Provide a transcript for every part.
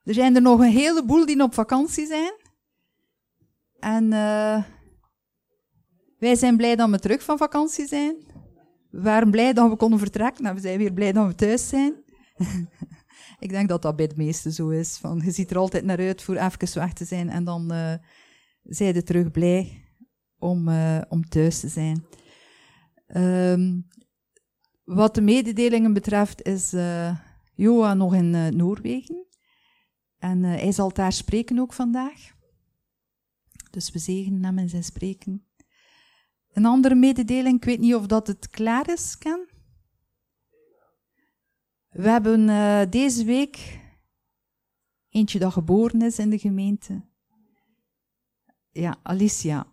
Er zijn er nog een heleboel die op vakantie zijn. En wij zijn blij dat we terug van vakantie zijn. We waren blij dat we konden vertrekken. En we zijn weer blij dat we thuis zijn. Ik denk dat dat bij de meesten zo is. Van, je ziet er altijd naar uit voor even weg te zijn. En dan zijn je terug blij om thuis te zijn. Wat de mededelingen betreft is Johan nog in Noorwegen. En hij zal daar spreken ook vandaag. Dus we zegenen hem in zijn spreken. Een andere mededeling, ik weet niet of dat het klaar is, Ken. We hebben deze week eentje dat geboren is in de gemeente. Ja, Alicia.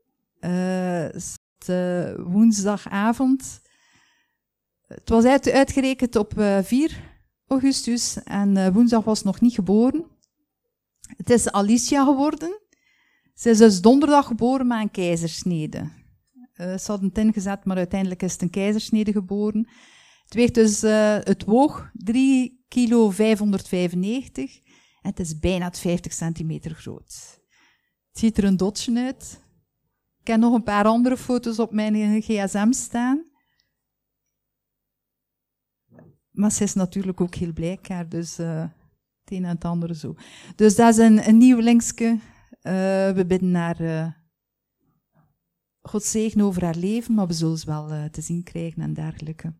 Woensdagavond. Het was uitgerekend op 4 augustus en woensdag was nog niet geboren. Het is Alicia geworden. Ze is dus donderdag geboren met een keizersnede. Ze hadden het ingezet, maar uiteindelijk is het een keizersnede geboren. Het weegt dus, het woog 3 kilo 595 en het is bijna 50 centimeter groot. Het ziet er een dotje uit. Ik heb nog een paar andere foto's op mijn gsm staan. Maar ze is natuurlijk ook heel blijkbaar, dus het een en het andere zo. Dus dat is een nieuwelingske. We bidden naar God zegen over haar leven, maar we zullen ze wel te zien krijgen en dergelijke.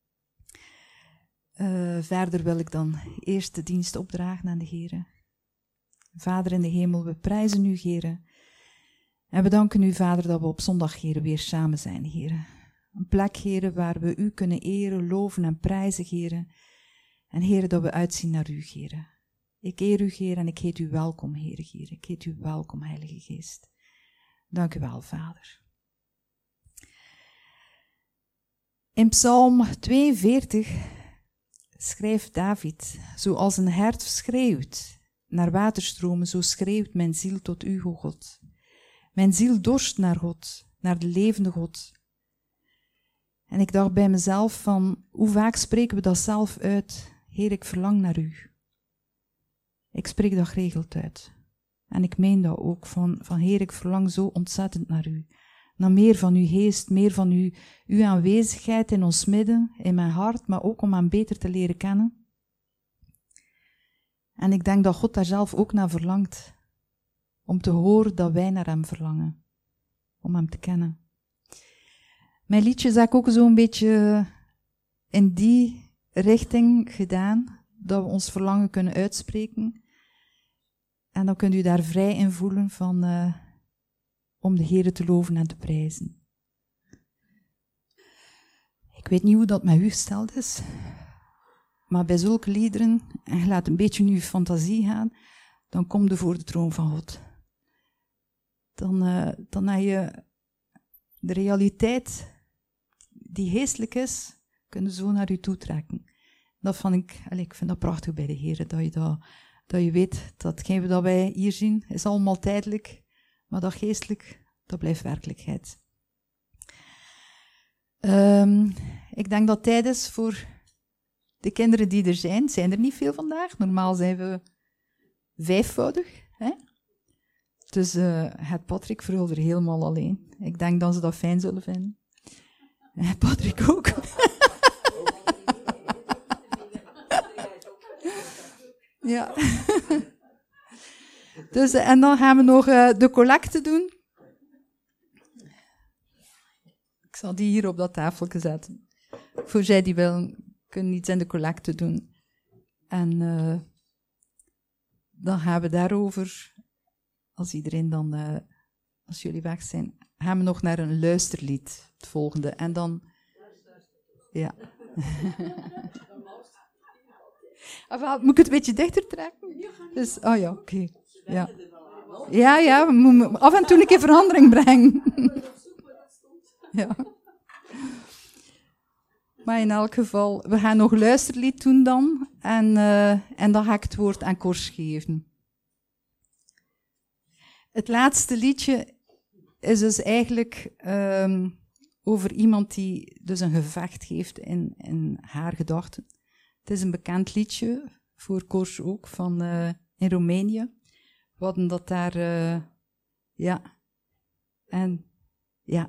Verder wil ik dan eerst de dienst opdragen aan de Heere. Vader in de hemel, we prijzen u, Heere. En we danken u, Vader, dat we op zondag, Heere, weer samen zijn, Heere. Een plek, Heere, waar we u kunnen eren, loven en prijzen, Heere. En Heere, dat we uitzien naar u, Heere. Ik eer u, Heer, en ik heet u welkom, Heere, Heer. Ik heet u welkom, Heilige Geest. Dank u wel, Vader. In Psalm 42 schrijft David, zoals een hert schreeuwt naar waterstromen, zo schreeuwt mijn ziel tot u, o God. Mijn ziel dorst naar God, naar de levende God. En ik dacht bij mezelf van, hoe vaak spreken we dat zelf uit? Heer, ik verlang naar u. Ik spreek dat geregeld uit. En ik meen dat ook, van Heer, ik verlang zo ontzettend naar u. Naar meer van uw geest, meer van uw aanwezigheid in ons midden, in mijn hart, maar ook om hem beter te leren kennen. En ik denk dat God daar zelf ook naar verlangt. Om te horen dat wij naar hem verlangen. Om hem te kennen. Mijn liedjes heb ik ook zo'n beetje in die richting gedaan, dat we ons verlangen kunnen uitspreken. En dan kunt u daar vrij in voelen om de Heere te loven en te prijzen. Ik weet niet hoe dat met u gesteld is, maar bij zulke liederen, en je laat een beetje in uw fantasie gaan, dan kom je voor de troon van God. Dan heb je de realiteit die geestelijk is, kunnen zo naar u toe trekken. Dat ik vind dat prachtig bij de Heer, dat je weet dat hetgeen dat wij hier zien, is allemaal tijdelijk, maar dat geestelijk, dat blijft werkelijkheid. Ik denk dat het tijd is voor de kinderen die er zijn. Zijn er niet veel vandaag? Normaal zijn we 5voudig. Hè? Dus het Patrick verhult er helemaal alleen. Ik denk dat ze dat fijn zullen vinden. Patrick ook. Ja. Dus, en dan gaan we nog de collecte doen. Ik zal die hier op dat tafeltje zetten. Voor zij die willen, kunnen iets in de collecte doen. En dan gaan we daarover, als iedereen dan, als jullie weg zijn, gaan we nog naar een luisterlied, het volgende. En dan, ja. Moet ik het een beetje dichter trekken? Dus, oh ja, oké. Ja. Ja, we moeten af en toe een keer verandering brengen. Ja. Maar in elk geval, we gaan nog een luisterlied doen dan. En dan ga ik het woord aan Kors geven. Het laatste liedje is dus eigenlijk over iemand die dus een gevecht heeft in haar gedachten. Het is een bekend liedje, voor Kors ook, van in Roemenië. We hadden dat daar, ja. En, ja.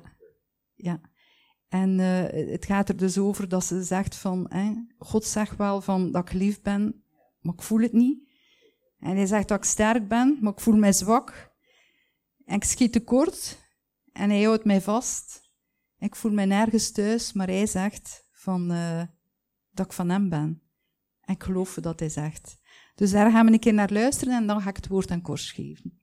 En het gaat er dus over dat ze zegt van, God zegt wel van dat ik geliefd ben, maar ik voel het niet. En hij zegt dat ik sterk ben, maar ik voel mij zwak. En ik schiet tekort. En hij houdt mij vast. Ik voel mij nergens thuis, maar hij zegt van, dat ik van hem ben. En ik geloof dat hij zegt. Dus daar gaan we een keer naar luisteren en dan ga ik het woord aan Kors geven.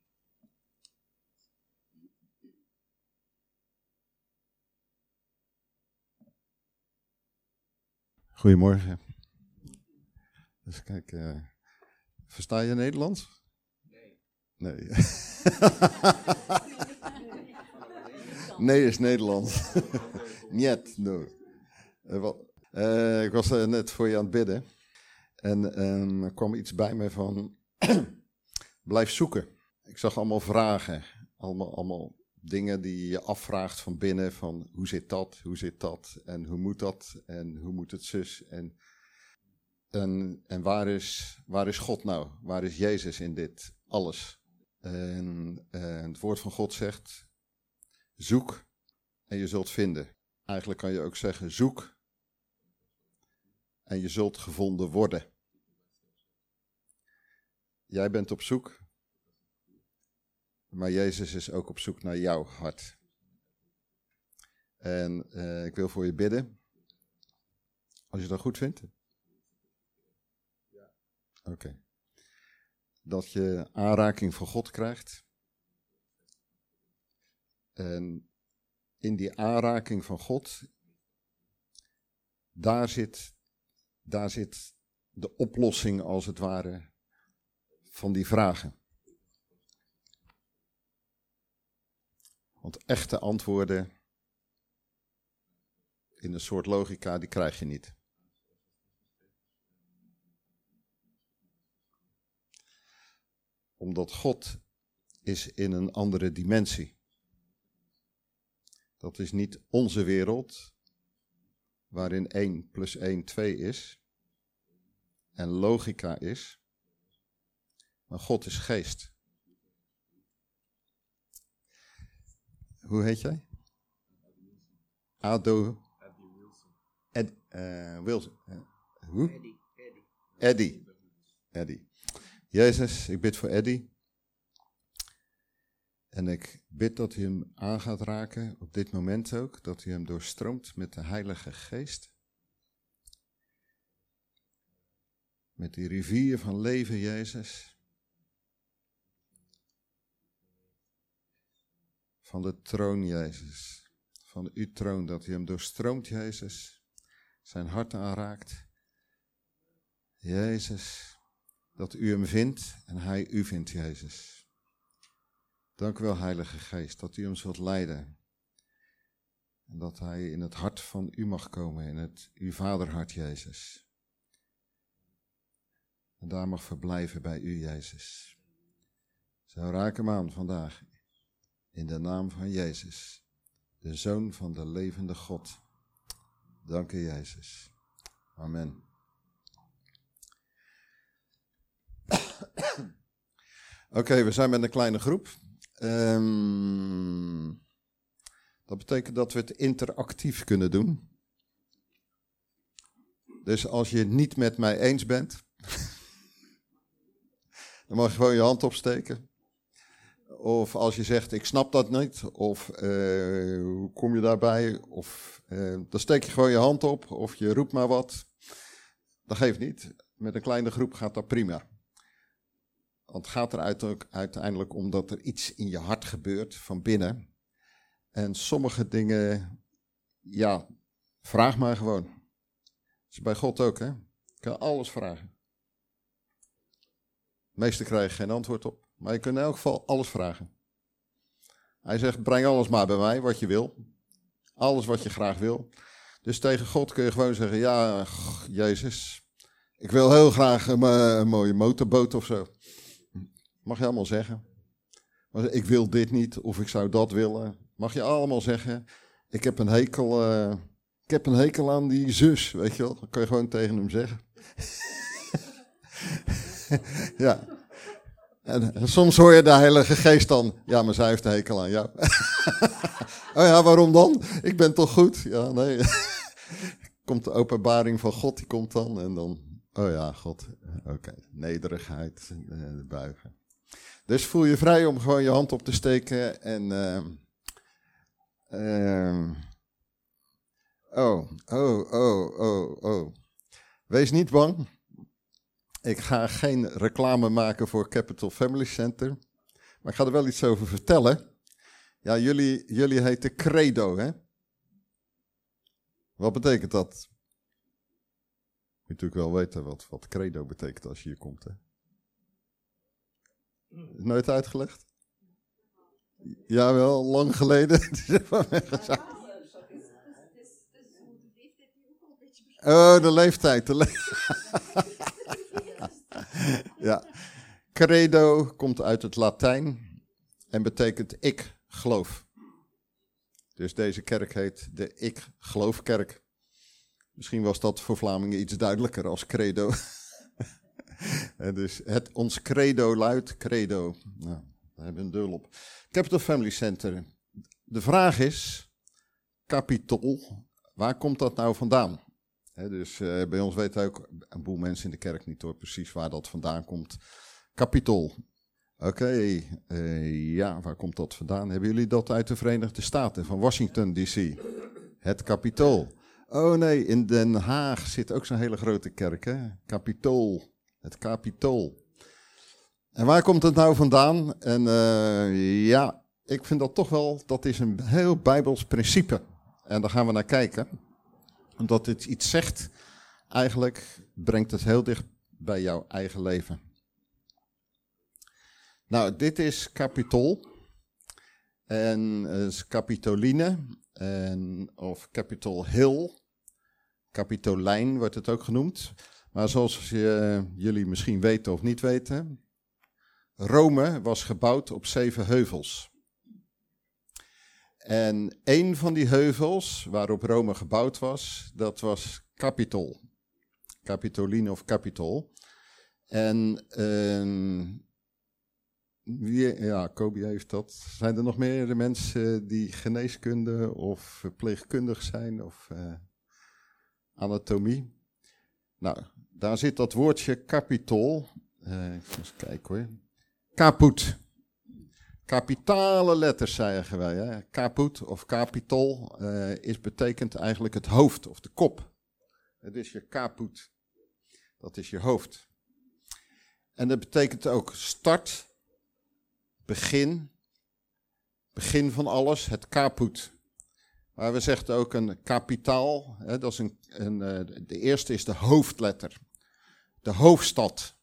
Goedemorgen. Dus kijk, versta je Nederlands? Nee. Nee is Nederlands. Niet, no. Ik was net voor je aan het bidden. En er kwam iets bij me van, blijf zoeken. Ik zag allemaal vragen, allemaal dingen die je afvraagt van binnen, van hoe zit dat, en hoe moet dat, en hoe moet het zus, en waar is God nou, waar is Jezus in dit alles? En het woord van God zegt, zoek en je zult vinden. Eigenlijk kan je ook zeggen, zoek en je zult gevonden worden. Jij bent op zoek, maar Jezus is ook op zoek naar jouw hart. En ik wil voor je bidden, als je dat goed vindt. Oké. Dat je aanraking van God krijgt. En in die aanraking van God, daar zit de oplossing als het ware van die vragen. Want echte antwoorden in een soort logica, die krijg je niet. Omdat God is in een andere dimensie. Dat is niet onze wereld, waarin 1 + 1 2 is en logica is. Maar God is geest. Hoe heet jij? Wilson. Hoe? Eddie. Jezus, ik bid voor Eddie. En ik bid dat u hem aan gaat raken, op dit moment ook, dat u hem doorstroomt met de Heilige Geest. Met die rivier van leven, Jezus. Van de troon, Jezus. Van uw troon, dat u hem doorstroomt, Jezus. Zijn hart aanraakt. Jezus, dat u hem vindt en hij u vindt, Jezus. Dank u wel, Heilige Geest, dat u hem zult leiden. En dat hij in het hart van u mag komen, in uw vaderhart, Jezus. En daar mag verblijven bij u, Jezus. Zo raak hem aan vandaag, in de naam van Jezus, de Zoon van de levende God. Dank u, Jezus. Amen. Oké, we zijn met een kleine groep. Dat betekent dat we het interactief kunnen doen. Dus als je het niet met mij eens bent, dan mag je gewoon je hand opsteken. Of als je zegt, ik snap dat niet, of hoe kom je daarbij? Of dan steek je gewoon je hand op, of je roept maar wat. Dat geeft niet. Met een kleine groep gaat dat prima. Want het gaat er uiteindelijk om dat er iets in je hart gebeurt, van binnen. En sommige dingen, ja, vraag maar gewoon. Dat is bij God ook, hè. Je kan alles vragen. De meesten krijgen geen antwoord op. Maar je kunt in elk geval alles vragen. Hij zegt, breng alles maar bij mij, wat je wil. Alles wat je graag wil. Dus tegen God kun je gewoon zeggen, ja, Jezus, ik wil heel graag een mooie motorboot of zo. Mag je allemaal zeggen. Maar ik wil dit niet, of ik zou dat willen. Mag je allemaal zeggen. Ik heb een hekel aan die zus, weet je wel. Dat kun je gewoon tegen hem zeggen. Ja. En soms hoor je de Heilige Geest dan, ja, maar zij heeft een hekel aan jou. Oh ja, waarom dan? Ik ben toch goed? Ja, nee. Komt de openbaring van God, die komt dan en dan, oh ja, God, oké. Nederigheid, buigen. Dus voel je vrij om gewoon je hand op te steken en... Wees niet bang. Ik ga geen reclame maken voor Capital Family Center. Maar ik ga er wel iets over vertellen. Ja, jullie heten Credo, hè? Wat betekent dat? Je moet natuurlijk wel weten wat Credo betekent als je hier komt, hè? Nooit uitgelegd? Jawel, lang geleden. Oh, de leeftijd. Ja. Credo komt uit het Latijn en betekent ik geloof. Dus deze kerk heet de Ik Geloof Kerk. Misschien was dat voor Vlamingen iets duidelijker als credo. En dus ons credo luidt credo. Nou, daar hebben we een dul op. Capital Family Center. De vraag is, Capitol, waar komt dat nou vandaan? Dus bij ons weten ook een boel mensen in de kerk niet hoor, precies waar dat vandaan komt. Capitol. Oké, ja, waar komt dat vandaan? Hebben jullie dat uit de Verenigde Staten, van Washington D.C.? Het Capitool. Oh nee, in Den Haag zit ook zo'n hele grote kerk, hè? Capitool. Het Capitool. En waar komt het nou vandaan? En ja, ik vind dat toch wel, dat is een heel Bijbels principe. En daar gaan we naar kijken. Omdat het iets zegt, eigenlijk brengt het heel dicht bij jouw eigen leven. Nou, dit is Capitol. En het is Capitoline. Of Capitol Hill. Capitolijn wordt het ook genoemd. Maar zoals jullie misschien weten of niet weten, Rome was gebouwd op 7 heuvels. En één van die heuvels waarop Rome gebouwd was, dat was Capitol. Capitoline of Capitol. En ja, Kobe heeft dat. Zijn er nog meer mensen die geneeskunde of verpleegkundig zijn of anatomie? Nou, daar zit dat woordje Capitol. Eens kijken hoor. Caput. Kapitale letters zeggen wij. Hè. Caput of Capitol betekent eigenlijk het hoofd of de kop. Het is je caput. Dat is je hoofd. En dat betekent ook start, begin van alles, het caput. Maar we zeggen ook een kapitaal, hè, dat is de eerste is de hoofdletter. De hoofdstad.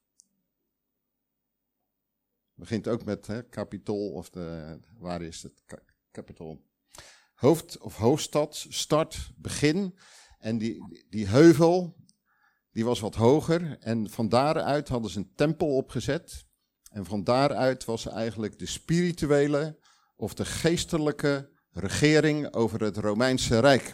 Begint ook met Capitol of waar is het? Capitol. Hoofd of hoofdstad, start, begin. En die heuvel, die was wat hoger. En van daaruit hadden ze een tempel opgezet. En van daaruit was eigenlijk de spirituele of de geestelijke regering over het Romeinse Rijk.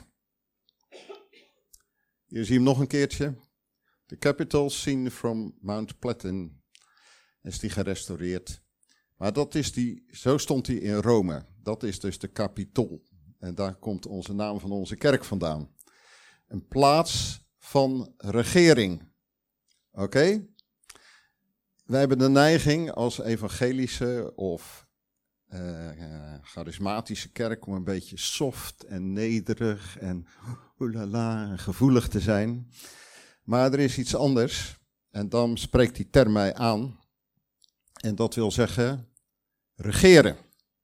Hier zie je hem nog een keertje. The Capitol seen from Mount Platin. Is die gerestaureerd. Maar zo stond hij in Rome. Dat is dus de Capitol. En daar komt onze naam van onze kerk vandaan. Een plaats van regering. Oké? Wij hebben de neiging als evangelische of charismatische kerk om een beetje soft en nederig en oelala, gevoelig te zijn. Maar er is iets anders. En dan spreekt die term mij aan. En dat wil zeggen regeren.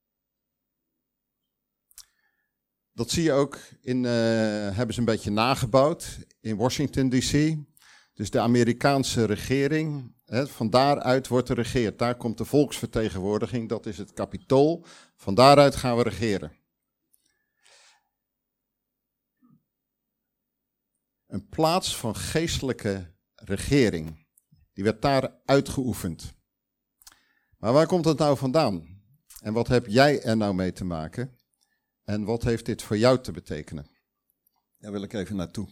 Dat zie je ook hebben ze een beetje nagebouwd in Washington D.C. Dus de Amerikaanse regering, van daaruit wordt er regeerd. Daar komt de volksvertegenwoordiging, dat is het Capitool. Van daaruit gaan we regeren. Een plaats van geestelijke regering, die werd daar uitgeoefend. Maar waar komt het nou vandaan? En wat heb jij er nou mee te maken? En wat heeft dit voor jou te betekenen? Daar wil ik even naartoe.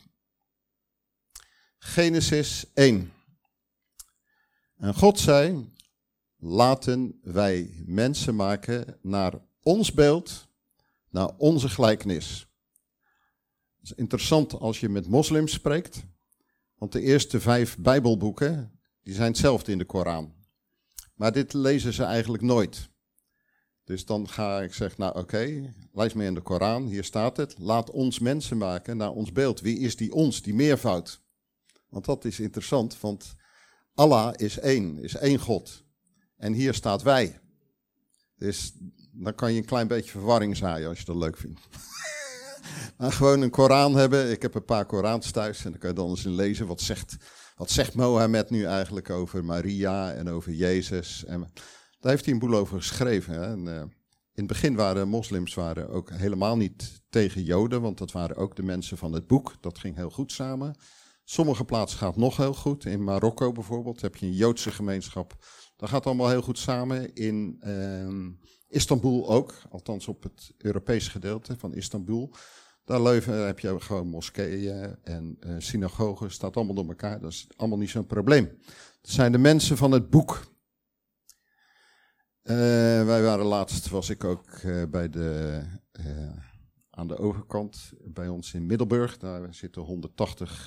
Genesis 1. En God zei, laten wij mensen maken naar ons beeld, naar onze gelijkenis. Het is interessant als je met moslims spreekt, want de eerste 5 Bijbelboeken, die zijn hetzelfde in de Koran. Maar dit lezen ze eigenlijk nooit. Dus dan ga ik zeggen, nou oké, lees mee in de Koran, hier staat het. Laat ons mensen maken naar ons beeld. Wie is die ons, die meervoud? Want dat is interessant, want Allah is één God. En hier staat wij. Dus dan kan je een klein beetje verwarring zaaien als je dat leuk vindt. Maar gewoon een Koran hebben. Ik heb een paar Korans thuis en dan kan je dan eens in lezen. Wat zegt Mohammed nu eigenlijk over Maria en over Jezus? En daar heeft hij een boel over geschreven. Hè? En, in het begin waren moslims ook helemaal niet tegen Joden, want dat waren ook de mensen van het boek. Dat ging heel goed samen. Sommige plaatsen gaat het nog heel goed. In Marokko bijvoorbeeld heb je een Joodse gemeenschap. Dat gaat allemaal heel goed samen. In Istanbul ook, althans op het Europese gedeelte van Istanbul. Daar heb je gewoon moskeeën en synagogen, staat allemaal door elkaar. Dat is allemaal niet zo'n probleem. Dat zijn de mensen van het boek. Wij waren laatst, was ik ook aan de overkant bij ons in Middelburg. Daar zitten 180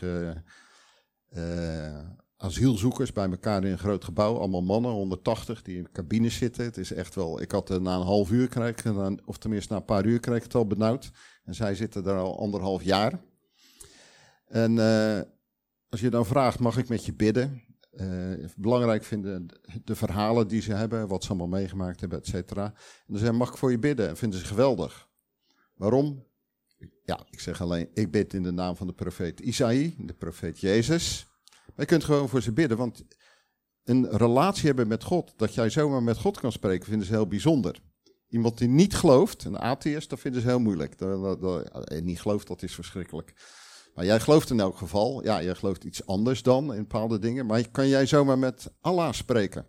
asielzoekers bij elkaar in een groot gebouw. Allemaal mannen, 180, die in cabines zitten. Het is echt wel, ik had na een half uur of tenminste na een paar uur kreeg ik het al benauwd. En zij zitten daar al 1,5 jaar. En als je dan vraagt, mag ik met je bidden? Belangrijk vinden de verhalen die ze hebben, wat ze allemaal meegemaakt hebben, et cetera. En dan zeggen, mag ik voor je bidden? En vinden ze geweldig. Waarom? Ja, ik zeg alleen, ik bid in de naam van de profeet Isaïe, de profeet Jezus. Maar je kunt gewoon voor ze bidden, want een relatie hebben met God, dat jij zomaar met God kan spreken, vinden ze heel bijzonder. Iemand die niet gelooft, een atheïst, dat vinden ze heel moeilijk. Niet gelooft, dat is verschrikkelijk. Maar jij gelooft in elk geval, ja, jij gelooft iets anders dan in bepaalde dingen, maar kan jij zomaar met Allah spreken?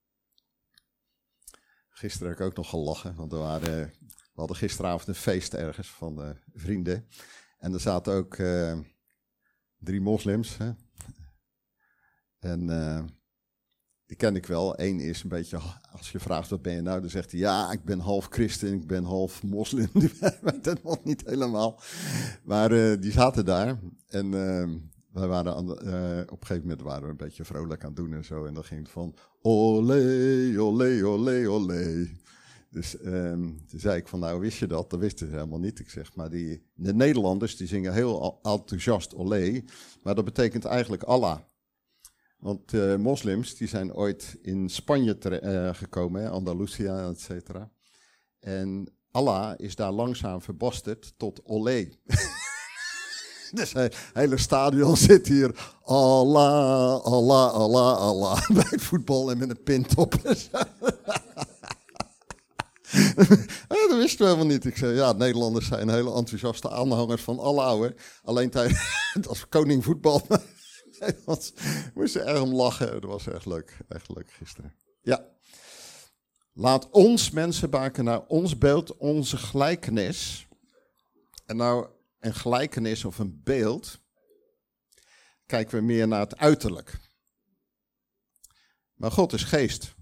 Gisteren heb ik ook nog gelachen, want we hadden gisteravond een feest ergens van vrienden. En er zaten ook 3 moslims. Hè? En die ken ik wel. Eén is een beetje, als je vraagt wat ben je nou, dan zegt hij ja, ik ben half christen, ik ben half moslim. Die weet het nog niet helemaal. Maar die zaten daar en wij waren op een gegeven moment waren we een beetje vrolijk aan het doen en zo. En dan ging het van olé, olé, olé, olé. Dus toen zei ik van nou wist je dat? Dat wisten ze helemaal niet. Ik zeg maar de Nederlanders die zingen heel enthousiast olé. Maar dat betekent eigenlijk Allah. Want moslims die zijn ooit in Spanje gekomen, hè, Andalusia, et cetera. En Allah is daar langzaam verbasterd tot olé. Dus het hele stadion zit hier Allah, Allah, Allah, Allah. Bij het voetbal en met een pint op. Dat wisten we helemaal niet. Ik zei, ja, Nederlanders zijn hele enthousiaste aanhangers van Allah, hoor. Alleen als koning voetbal. We moesten erg om lachen. Dat was echt leuk gisteren. Ja. Laat ons mensen maken naar ons beeld, onze gelijkenis. En nou, een gelijkenis of een beeld, kijken we meer naar het uiterlijk. Maar God is geest.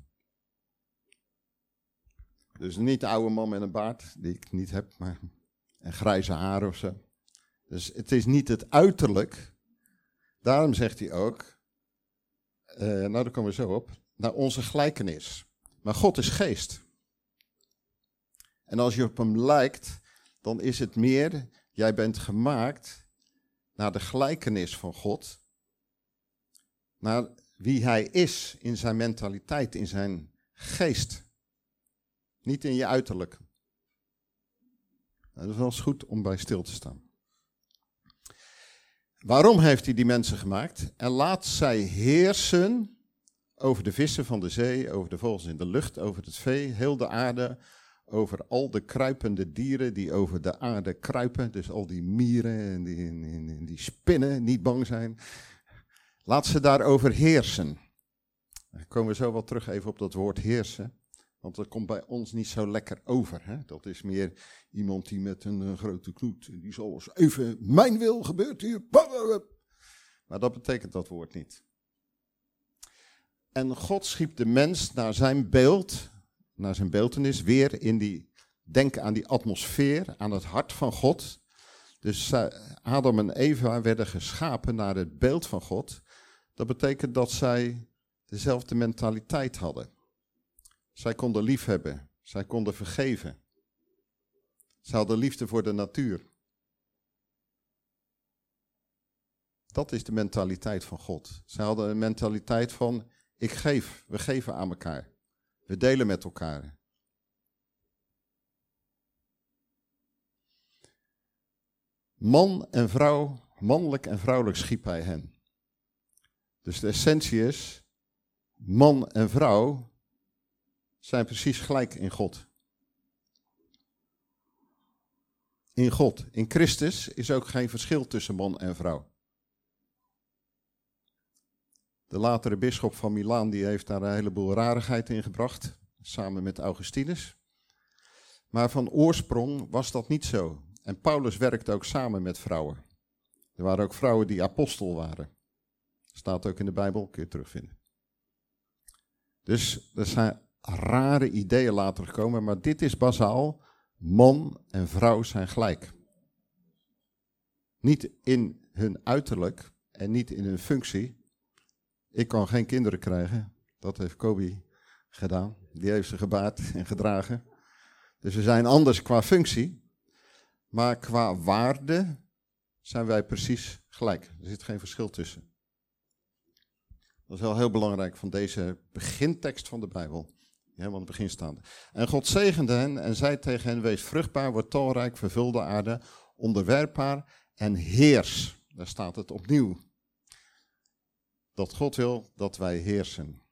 Dus niet de oude man met een baard, die ik niet heb, maar en grijze haren of zo. Dus het is niet het uiterlijk. Daarom zegt hij ook, nou daar komen we zo op, naar onze gelijkenis. Maar God is geest. En als je op hem lijkt, dan is het meer, jij bent gemaakt naar de gelijkenis van God. Naar wie hij is in zijn mentaliteit, in zijn geest. Niet in je uiterlijk. Nou, dat is wel eens goed om bij stil te staan. Waarom heeft hij die mensen gemaakt? En laat zij heersen over de vissen van de zee, over de vogels in de lucht, over het vee, heel de aarde, over al de kruipende dieren die over de aarde kruipen. Dus al die mieren en die spinnen niet bang zijn. Laat ze daarover heersen. Dan komen we zo wel terug even op dat woord heersen. Want dat komt bij ons niet zo lekker over. Hè? Dat is meer iemand die met een grote knoet, die zal eens even, mijn wil gebeurt hier. Maar dat betekent dat woord niet. En God schiep de mens naar zijn beeld, naar zijn beeltenis, weer in denk aan die atmosfeer, aan het hart van God. Dus Adam en Eva werden geschapen naar het beeld van God. Dat betekent dat zij dezelfde mentaliteit hadden. Zij konden liefhebben, zij konden vergeven. Zij hadden liefde voor de natuur. Dat is de mentaliteit van God. Zij hadden een mentaliteit van, we geven aan elkaar. We delen met elkaar. Man en vrouw, mannelijk en vrouwelijk schiep hij hen. Dus de essentie is, man en vrouw zijn precies gelijk in God. In God, in Christus is ook geen verschil tussen man en vrouw. De latere bisschop van Milaan die heeft daar een heleboel rarigheid in gebracht, samen met Augustinus. Maar van oorsprong was dat niet zo. En Paulus werkte ook samen met vrouwen. Er waren ook vrouwen die apostel waren. Staat ook in de Bijbel, kun je terugvinden. Dus er zijn rare ideeën later gekomen, maar dit is bazaal. Man en vrouw zijn gelijk. Niet in hun uiterlijk en niet in hun functie. Ik kan geen kinderen krijgen. Dat heeft Kobi gedaan. Die heeft ze gebaard en gedragen. Dus we zijn anders qua functie. Maar qua waarde zijn wij precies gelijk. Er zit geen verschil tussen. Dat is wel heel belangrijk van deze begintekst van de Bijbel. Helemaal aan het begin staande. En God zegende hen en zei tegen hen, wees vruchtbaar, word talrijk, vervul de aarde, onderwerp haar en heers. Daar staat het opnieuw. Dat God wil dat wij heersen.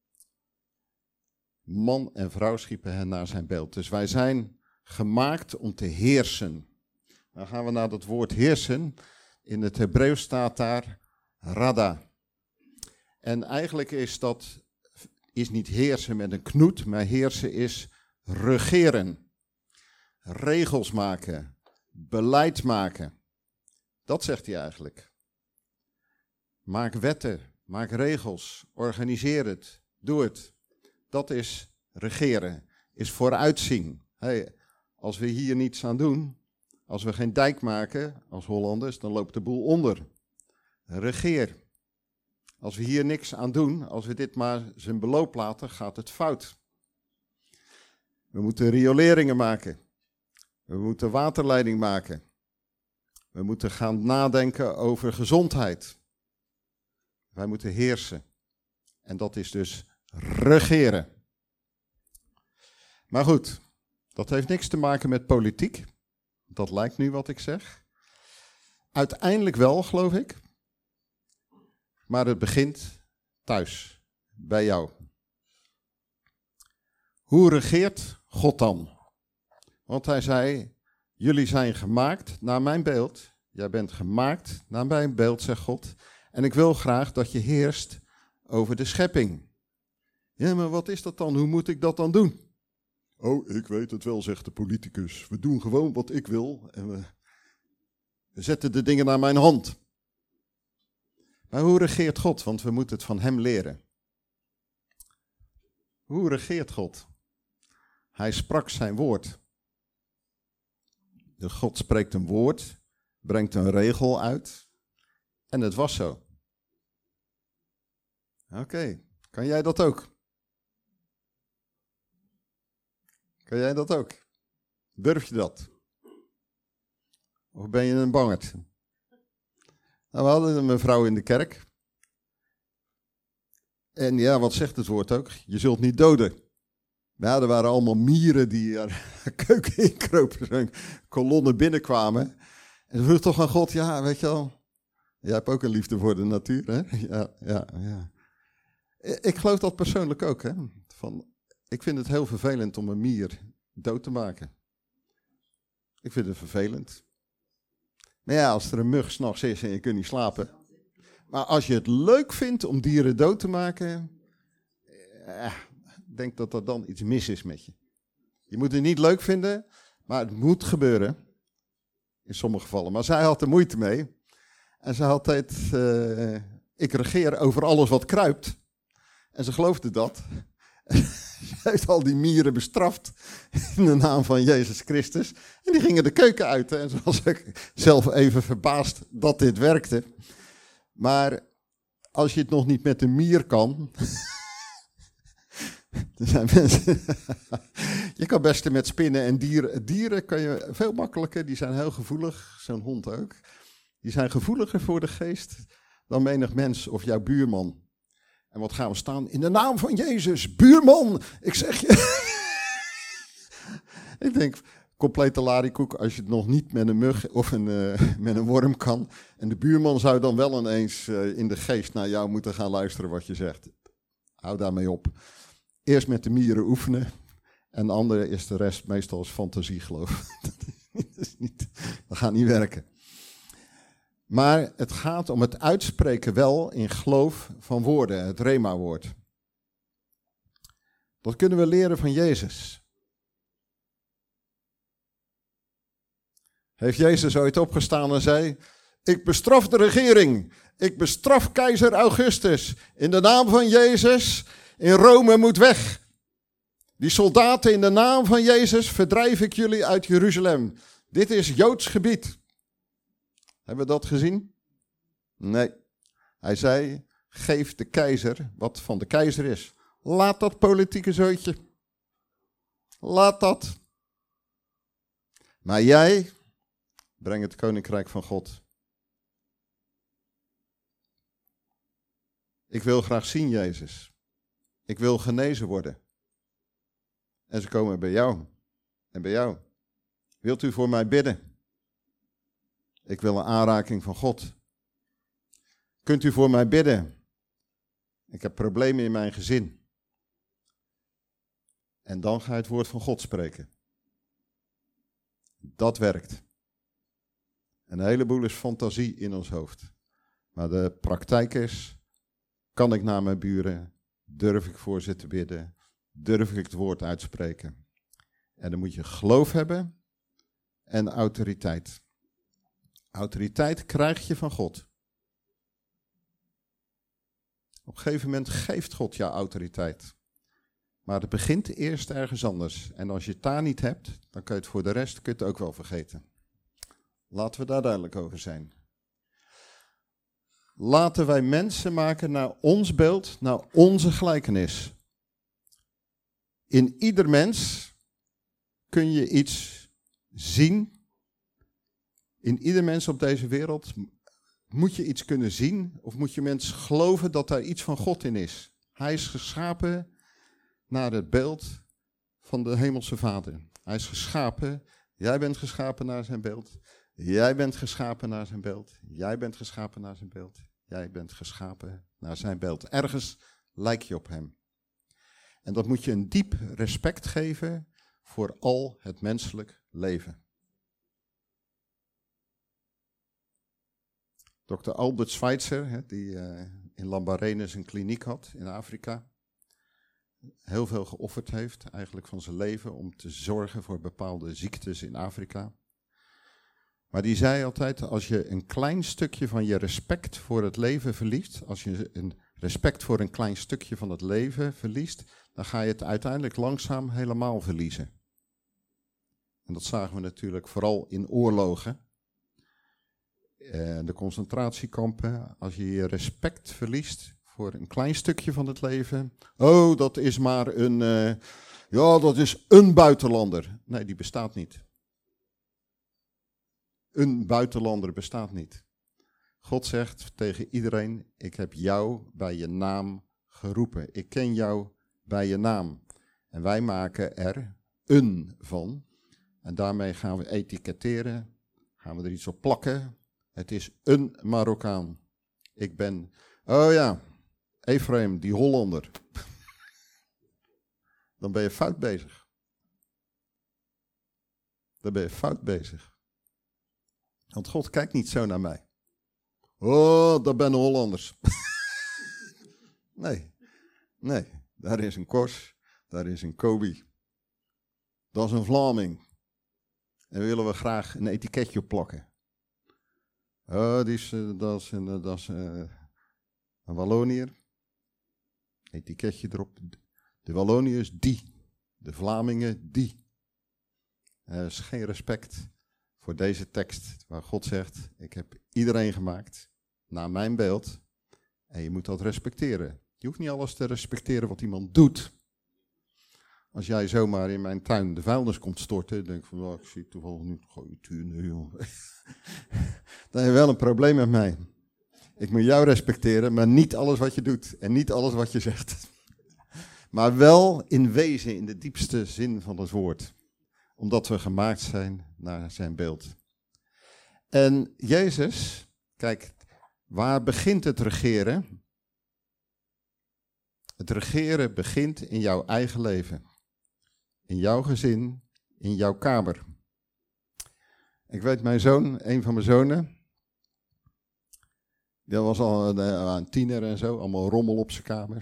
Man en vrouw schiepen hen naar zijn beeld. Dus wij zijn gemaakt om te heersen. Dan gaan we naar dat woord heersen. In het Hebreeuws staat daar rada. En eigenlijk is niet heersen met een knoet, maar heersen is regeren. Regels maken, beleid maken. Dat zegt hij eigenlijk. Maak wetten, maak regels, organiseer het, doe het. Dat is regeren, is vooruitzien. Hey, als we hier niets aan doen, als we geen dijk maken als Hollanders, dan loopt de boel onder. Regeer. Als we hier niks aan doen, als we dit maar zijn beloop laten, gaat het fout. We moeten rioleringen maken. We moeten waterleiding maken. We moeten gaan nadenken over gezondheid. Wij moeten heersen. En dat is dus regeren. Maar goed, dat heeft niks te maken met politiek. Dat lijkt nu wat ik zeg. Uiteindelijk wel, geloof ik. Maar het begint thuis, bij jou. Hoe regeert God dan? Want hij zei, jullie zijn gemaakt naar mijn beeld. Jij bent gemaakt naar mijn beeld, zegt God. En ik wil graag dat je heerst over de schepping. Ja, maar wat is dat dan? Hoe moet ik dat dan doen? Oh, ik weet het wel, zegt de politicus. We doen gewoon wat ik wil en we zetten de dingen naar mijn hand. Maar hoe regeert God? Want we moeten het van hem leren. Hoe regeert God? Hij sprak zijn woord. De God spreekt een woord, brengt een regel uit en het was zo. Oké, kan jij dat ook? Kan jij dat ook? Durf je dat? Of ben je een bangert? Nou, we hadden een mevrouw in de kerk. En ja, wat zegt het woord ook? Je zult niet doden. Ja, er waren allemaal mieren die haar keuken inkropen, zo'n kolonne binnenkwamen. En ze vroeg toch aan God, ja, weet je wel, jij hebt ook een liefde voor de natuur, hè? Ja. Ik geloof dat persoonlijk ook, hè. Ik vind het heel vervelend om een mier dood te maken. Ik vind het vervelend. Maar ja, als er een mug 's nachts is en je kunt niet slapen. Maar als je het leuk vindt om dieren dood te maken, ik denk dat er dan iets mis is met je. Je moet het niet leuk vinden, maar het moet gebeuren. In sommige gevallen. Maar zij had er moeite mee. En ze had altijd, ik regeer over alles wat kruipt. En ze geloofde dat. Ze heeft al die mieren bestraft in de naam van Jezus Christus. En die gingen de keuken uit. En ze was ook zelf even verbaasd dat dit werkte. Maar als je het nog niet met een mier kan... Er zijn mensen... Je kan best met spinnen en dieren... Dieren kan je veel makkelijker, die zijn heel gevoelig. Zo'n hond ook. Die zijn gevoeliger voor de geest dan menig mens of jouw buurman. En wat gaan we staan? In de naam van Jezus, buurman, ik zeg je. Ik denk, complete lariekoek als je het nog niet met een mug of met een worm kan. En de buurman zou dan wel ineens in de geest naar jou moeten gaan luisteren wat je zegt. Hou daarmee op. Eerst met de mieren oefenen. En de andere is de rest meestal als fantasie geloof. Dat gaat niet werken. Maar het gaat om het uitspreken wel in geloof van woorden, het Rema-woord. Dat kunnen we leren van Jezus. Heeft Jezus ooit opgestaan en zei, ik bestraf de regering, ik bestraf keizer Augustus. In de naam van Jezus, in Rome moet weg. Die soldaten in de naam van Jezus verdrijf ik jullie uit Jeruzalem. Dit is Joods gebied. Hebben we dat gezien? Nee. Hij zei, geef de keizer wat van de keizer is. Laat dat politieke zootje. Laat dat. Maar jij, breng het koninkrijk van God. Ik wil graag zien, Jezus. Ik wil genezen worden. En ze komen bij jou. En bij jou. Wilt u voor mij bidden? Ik wil een aanraking van God. Kunt u voor mij bidden? Ik heb problemen in mijn gezin. En dan ga je het woord van God spreken. Dat werkt. Een heleboel is fantasie in ons hoofd. Maar de praktijk is, kan ik naar mijn buren? Durf ik voor ze te bidden? Durf ik het woord uitspreken? En dan moet je geloof hebben en autoriteit. Autoriteit krijg je van God. Op een gegeven moment geeft God jou autoriteit. Maar het begint eerst ergens anders. En als je het daar niet hebt, dan kun je het voor de rest kun je het ook wel vergeten. Laten we daar duidelijk over zijn. Laten wij mensen maken naar ons beeld, naar onze gelijkenis. In ieder mens kun je iets zien. In ieder mens op deze wereld moet je iets kunnen zien of moet je mensen geloven dat daar iets van God in is. Hij is geschapen naar het beeld van de hemelse Vader. Hij is geschapen, jij bent geschapen naar zijn beeld. Jij bent geschapen naar zijn beeld. Jij bent geschapen naar zijn beeld. Jij bent geschapen naar zijn beeld. Ergens lijk je op hem. En dat moet je een diep respect geven voor al het menselijk leven. Dr. Albert Schweitzer, die in Lambaréné een kliniek had in Afrika. Heel veel geofferd heeft, eigenlijk van zijn leven, om te zorgen voor bepaalde ziektes in Afrika. Maar die zei altijd, als je een klein stukje van je respect voor het leven verliest, als je een respect voor een klein stukje van het leven verliest, dan ga je het uiteindelijk langzaam helemaal verliezen. En dat zagen we natuurlijk vooral in oorlogen. De concentratiekampen, als je je respect verliest voor een klein stukje van het leven. Oh, dat is maar dat is een buitenlander. Nee, die bestaat niet. Een buitenlander bestaat niet. God zegt tegen iedereen, ik heb jou bij je naam geroepen. Ik ken jou bij je naam. En wij maken er een van. En daarmee gaan we etiketteren, gaan we er iets op plakken. Het is een Marokkaan. Ik ben, Ephraim, die Hollander. Dan ben je fout bezig. Dan ben je fout bezig. Want God kijkt niet zo naar mij. Oh, dat ben Hollanders. Nee, daar is een Kors, daar is een Kobi. Dat is een Vlaming. En willen we graag een etiketje op plakken. Oh, dat is een Walloniër. Etiketje erop. De Walloniërs, die. De Vlamingen, die. Er is geen respect voor deze tekst waar God zegt, ik heb iedereen gemaakt naar mijn beeld en je moet dat respecteren. Je hoeft niet alles te respecteren wat iemand doet. Als jij zomaar in mijn tuin de vuilnis komt storten, denk ik van, oh, ik zie toevallig nu, gooi je tuin nu, joh. Dan heb je wel een probleem met mij. Ik moet jou respecteren, maar niet alles wat je doet en niet alles wat je zegt. Maar wel in wezen, in de diepste zin van het woord. Omdat we gemaakt zijn naar zijn beeld. En Jezus, kijk, waar begint het regeren? Het regeren begint in jouw eigen leven. In jouw gezin, in jouw kamer. Ik weet, mijn zoon, een van mijn zonen, die was al een tiener en zo, allemaal rommel op zijn kamer.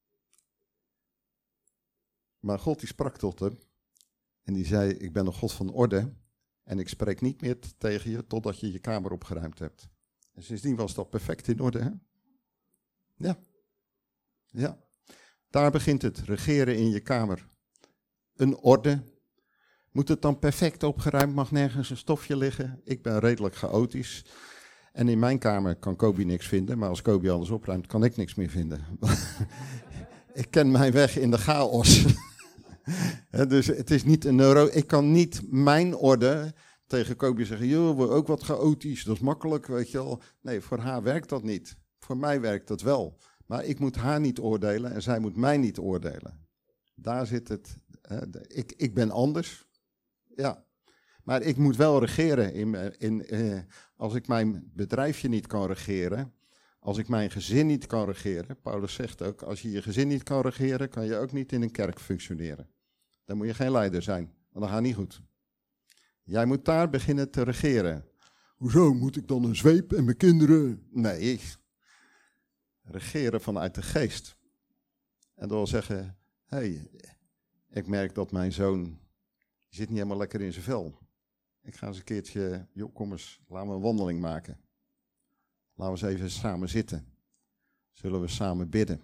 Maar God die sprak tot hem en die zei, ik ben een God van orde en ik spreek niet meer tegen je totdat je je kamer opgeruimd hebt. En sindsdien was dat perfect in orde, hè? Ja. Ja. Daar begint het, regeren in je kamer. Een orde. Moet het dan perfect opgeruimd, mag nergens een stofje liggen? Ik ben redelijk chaotisch. En in mijn kamer kan Kobi niks vinden, maar als Kobi alles opruimt, kan ik niks meer vinden. Ik ken mijn weg in de chaos. Dus het is niet een ik kan niet mijn orde tegen Kobi zeggen, joh, word ook wat chaotisch, dat is makkelijk, weet je wel. Nee, voor haar werkt dat niet. Voor mij werkt dat wel. Maar ik moet haar niet oordelen en zij moet mij niet oordelen. Daar zit het. Ik ben anders. Ja. Maar ik moet wel regeren. Als ik mijn bedrijfje niet kan regeren, als ik mijn gezin niet kan regeren. Paulus zegt ook, als je je gezin niet kan regeren, kan je ook niet in een kerk functioneren. Dan moet je geen leider zijn, want dat gaat niet goed. Jij moet daar beginnen te regeren. Hoezo, moet ik dan een zweep en mijn kinderen? Nee. Regeren vanuit de geest. En dat wil zeggen, hey, ik merk dat mijn zoon zit niet helemaal lekker in zijn vel. Ik ga eens een keertje, joh, kom eens, laten we een wandeling maken. Laten we eens even samen zitten. Zullen we samen bidden.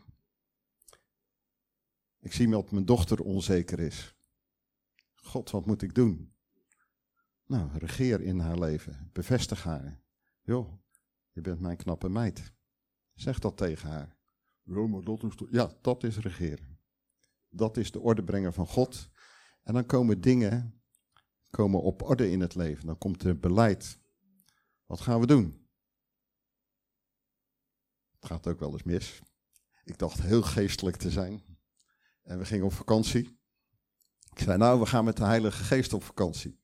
Ik zie dat mijn dochter onzeker is. God, wat moet ik doen? Nou, regeer in haar leven. Bevestig haar. Joh, je bent mijn knappe meid. Zeg dat tegen haar. Ja, dat is regeren. Dat is de orde brengen van God. En dan komen dingen op orde in het leven. Dan komt er beleid. Wat gaan we doen? Het gaat ook wel eens mis. Ik dacht heel geestelijk te zijn. En we gingen op vakantie. Ik zei, nou, we gaan met de Heilige Geest op vakantie.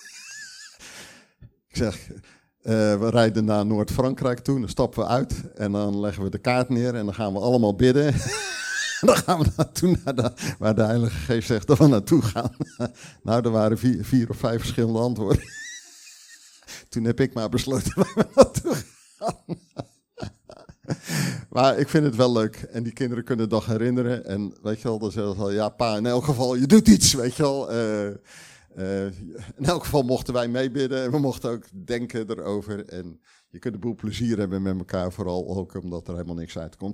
Ik zeg, we rijden naar Noord-Frankrijk toe, dan stappen we uit en dan leggen we de kaart neer en dan gaan we allemaal bidden. En dan gaan we naartoe waar de Heilige Geest zegt dat we naartoe gaan. Nou, er waren 4 of 5 verschillende antwoorden. Toen heb ik maar besloten waar we naartoe gaan. Maar ik vind het wel leuk. En die kinderen kunnen dat herinneren. En weet je wel, dan zeggen ze al, ja pa, in elk geval, je doet iets, weet je wel. In elk geval mochten wij meebidden en we mochten ook denken erover. En je kunt een boel plezier hebben met elkaar, vooral ook omdat er helemaal niks uitkomt.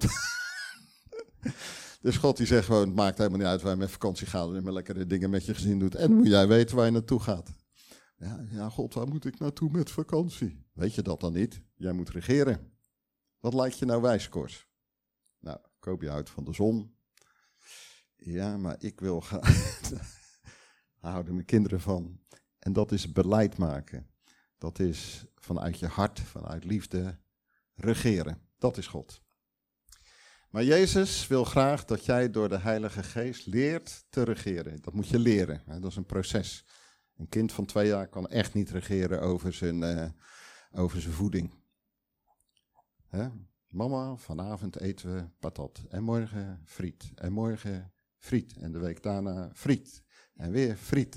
Dus God die zegt gewoon, het maakt helemaal niet uit waar je met vakantie gaat en maar lekkere dingen met je gezin doet. En moet jij weten waar je naartoe gaat. Ja, God, waar moet ik naartoe met vakantie? Weet je dat dan niet? Jij moet regeren. Wat lijkt je nou wijs, Kors? Nou, Kobi houdt van de zon. Ja, maar ik wil graag... Daar houden mijn kinderen van. En dat is beleid maken. Dat is vanuit je hart, vanuit liefde, regeren. Dat is God. Maar Jezus wil graag dat jij door de Heilige Geest leert te regeren. Dat moet je leren. Dat is een proces. Een kind van 2 jaar kan echt niet regeren over zijn voeding. Mama, vanavond eten we patat. En morgen friet. En morgen friet. En de week daarna friet. En weer friet.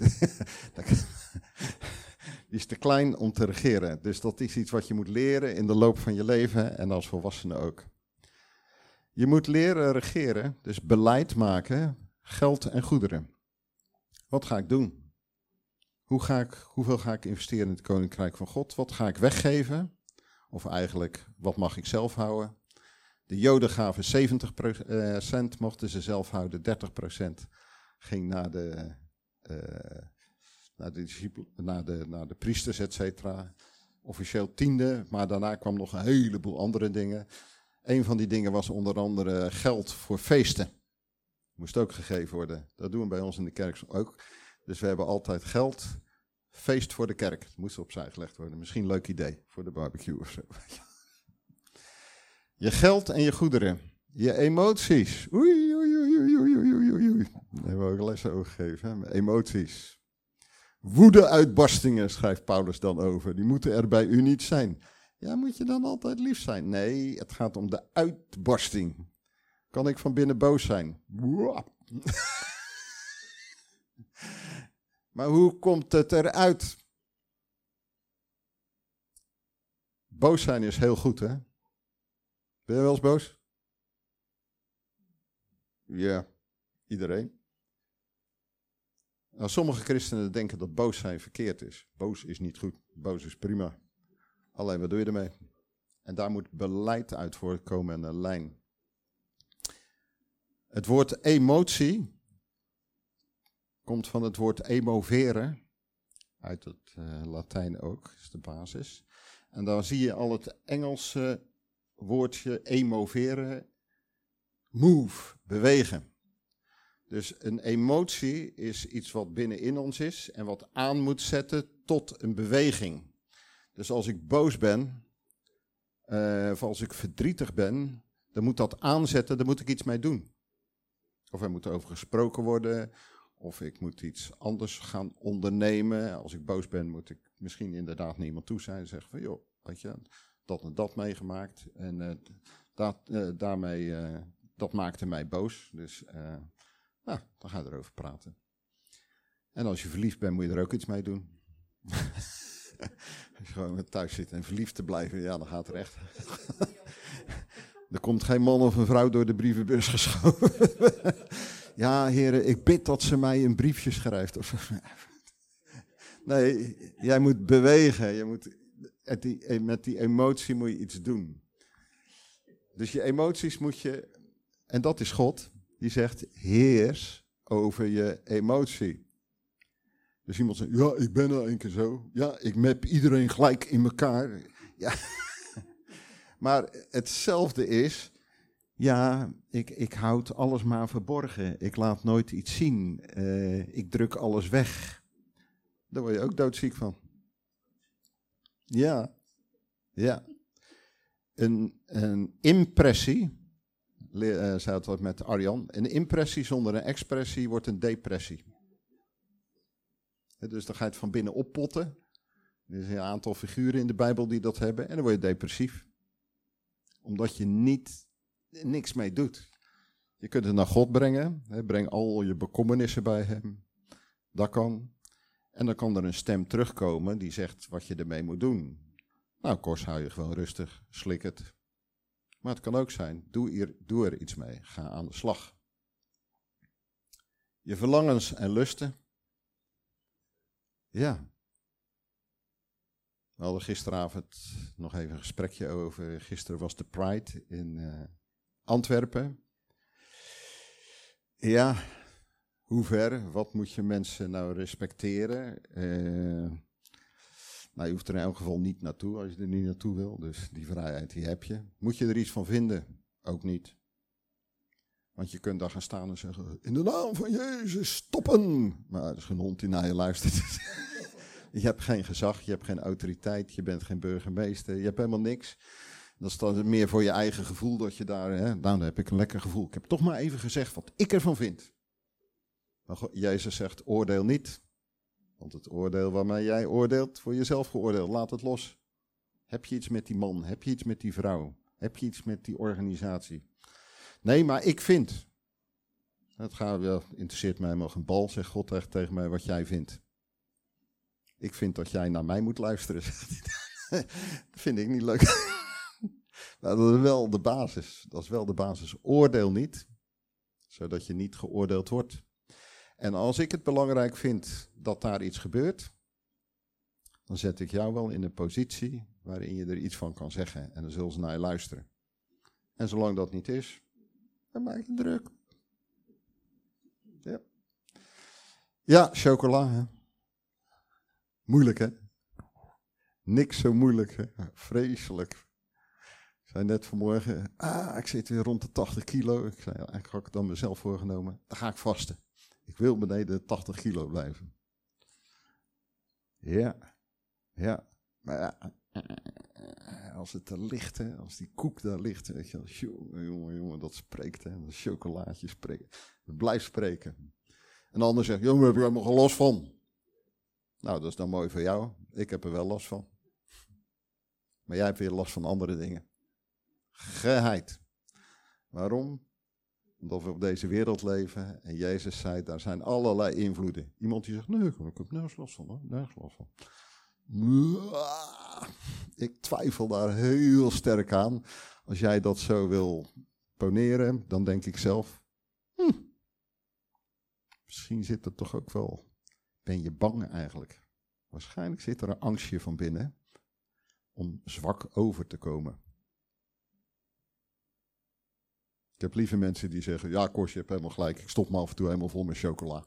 Die is te klein om te regeren. Dus dat is iets wat je moet leren in de loop van je leven en als volwassene ook. Je moet leren regeren, dus beleid maken, geld en goederen. Wat ga ik doen? Hoeveel ga ik investeren in het Koninkrijk van God? Wat ga ik weggeven? Of eigenlijk, wat mag ik zelf houden? De Joden gaven 70%, mochten ze zelf houden. 30% ging naar de priesters, et cetera. Officieel 10e, maar daarna kwam nog een heleboel andere dingen. Een van die dingen was onder andere geld voor feesten. Moest ook gegeven worden. Dat doen we bij ons in de kerk ook. Dus we hebben altijd geld, feest voor de kerk. Het moest opzij gelegd worden. Misschien een leuk idee voor de barbecue of zo. Je geld en je goederen. Je emoties. Oei, oei, oei, oei, oei, oei, oei. Daar hebben we ook lessen over gegeven. Hè? Emoties. Woede-uitbarstingen, schrijft Paulus dan over. Die moeten er bij u niet zijn. Ja, moet je dan altijd lief zijn? Nee, het gaat om de uitbarsting. Kan ik van binnen boos zijn? Maar hoe komt het eruit? Boos zijn is heel goed, hè? Ben je wel eens boos? Ja, iedereen. Nou, sommige christenen denken dat boos zijn verkeerd is. Boos is niet goed, boos is prima. Alleen, wat doe je ermee? En daar moet beleid uit voortkomen en een lijn. Het woord emotie komt van het woord emovere, uit het Latijn ook, is de basis. En daar zie je al het Engelse woordje emovere, move, bewegen. Dus een emotie is iets wat binnenin ons is en wat aan moet zetten tot een beweging. Dus als ik boos ben, of als ik verdrietig ben, dan moet dat aanzetten, daar moet ik iets mee doen. Of er moet over gesproken worden, of ik moet iets anders gaan ondernemen. Als ik boos ben, moet ik misschien inderdaad naar iemand toe zijn en zeggen van joh, weet je, dat en dat meegemaakt. En dat maakte mij boos. Dus nou, dan ga je erover praten. En als je verliefd bent, moet je er ook iets mee doen. Als je gewoon thuis zit en verliefd te blijven, ja, dan gaat het echt. Er komt geen man of een vrouw door de brievenbus geschoven. Ja, heren, ik bid dat ze mij een briefje schrijft. Of zo. Nee, jij moet bewegen. Je moet, met die emotie moet je iets doen. Dus je emoties moet je, en dat is God, die zegt, heers over je emotie. Dus iemand zegt, ja, ik ben nou een keer zo. Ja, ik map iedereen gelijk in elkaar. Ja. Maar hetzelfde is, ja, ik houd alles maar verborgen. Ik laat nooit iets zien. Ik druk alles weg. Daar word je ook doodziek van. Ja, ja. Een impressie, zei het wat met Arjan, een impressie zonder een expressie wordt een depressie. Dus dan ga je het van binnen oppotten. Er zijn een aantal figuren in de Bijbel die dat hebben en dan word je depressief. Omdat je niks mee doet. Je kunt het naar God brengen. Breng al je bekommernissen bij hem. Dat kan. En dan kan er een stem terugkomen die zegt wat je ermee moet doen. Nou, Kors, hou je gewoon rustig. Slik het. Maar het kan ook zijn, doe er iets mee. Ga aan de slag. Je verlangens en lusten. Ja. We hadden gisteravond nog even een gesprekje over. Gisteren was de Pride in Antwerpen. Ja, hoe ver? Wat moet je mensen nou respecteren? Nou, je hoeft er in elk geval niet naartoe als je er niet naartoe wil. Dus die vrijheid die heb je. Moet je er iets van vinden? Ook niet. Want je kunt daar gaan staan en zeggen, in de naam van Jezus, stoppen! Maar er is geen hond die naar je luistert. Je hebt geen gezag, je hebt geen autoriteit, je bent geen burgemeester, je hebt helemaal niks. Dat is dan meer voor je eigen gevoel dat je daar, nou dan heb ik een lekker gevoel. Ik heb toch maar even gezegd wat ik ervan vind. Maar Jezus zegt, oordeel niet. Want het oordeel waarmee jij oordeelt, voor jezelf geoordeeld, laat het los. Heb je iets met die man, heb je iets met die vrouw, heb je iets met die organisatie? Nee, maar ik vind. Het interesseert mij helemaal geen bal, zegt God echt tegen mij wat jij vindt. Ik vind dat jij naar mij moet luisteren, zegt hij. Dat vind ik niet leuk. Nou, dat is wel de basis. Dat is wel de basis. Oordeel niet, zodat je niet geoordeeld wordt. En als ik het belangrijk vind dat daar iets gebeurt, dan zet ik jou wel in een positie waarin je er iets van kan zeggen. En dan zullen ze naar je luisteren. En zolang dat niet is, dan maak je druk. Ja, ja, chocola, hè. Moeilijk, hè? Niks zo moeilijk, hè? Vreselijk. Ik zei net vanmorgen, ik zit weer rond de 80 kilo. Ik zei, eigenlijk had ik het dan mezelf voorgenomen. Dan ga ik vasten. Ik wil beneden de 80 kilo blijven. Ja. Maar ja, als het er ligt, hè, als die koek daar ligt, weet je wel, jongen, dat spreekt, hè, dat chocolaatje spreekt. Het blijft spreken. En de ander zegt, jongen, daar heb je helemaal geen last van. Nou, dat is dan mooi voor jou. Ik heb er wel last van. Maar jij hebt weer last van andere dingen. Geheid. Waarom? Omdat we op deze wereld leven en Jezus zei, daar zijn allerlei invloeden. Iemand die zegt, nee, ik heb nergens last van, hoor. Nergens last van. Ik twijfel daar heel sterk aan. Als jij dat zo wil poneren, dan denk ik zelf, misschien zit er toch ook wel, ben je bang eigenlijk. Waarschijnlijk zit er een angstje van binnen om zwak over te komen. Ik heb liever mensen die zeggen, ja Kors, je hebt helemaal gelijk, ik stop me af en toe helemaal vol met chocola.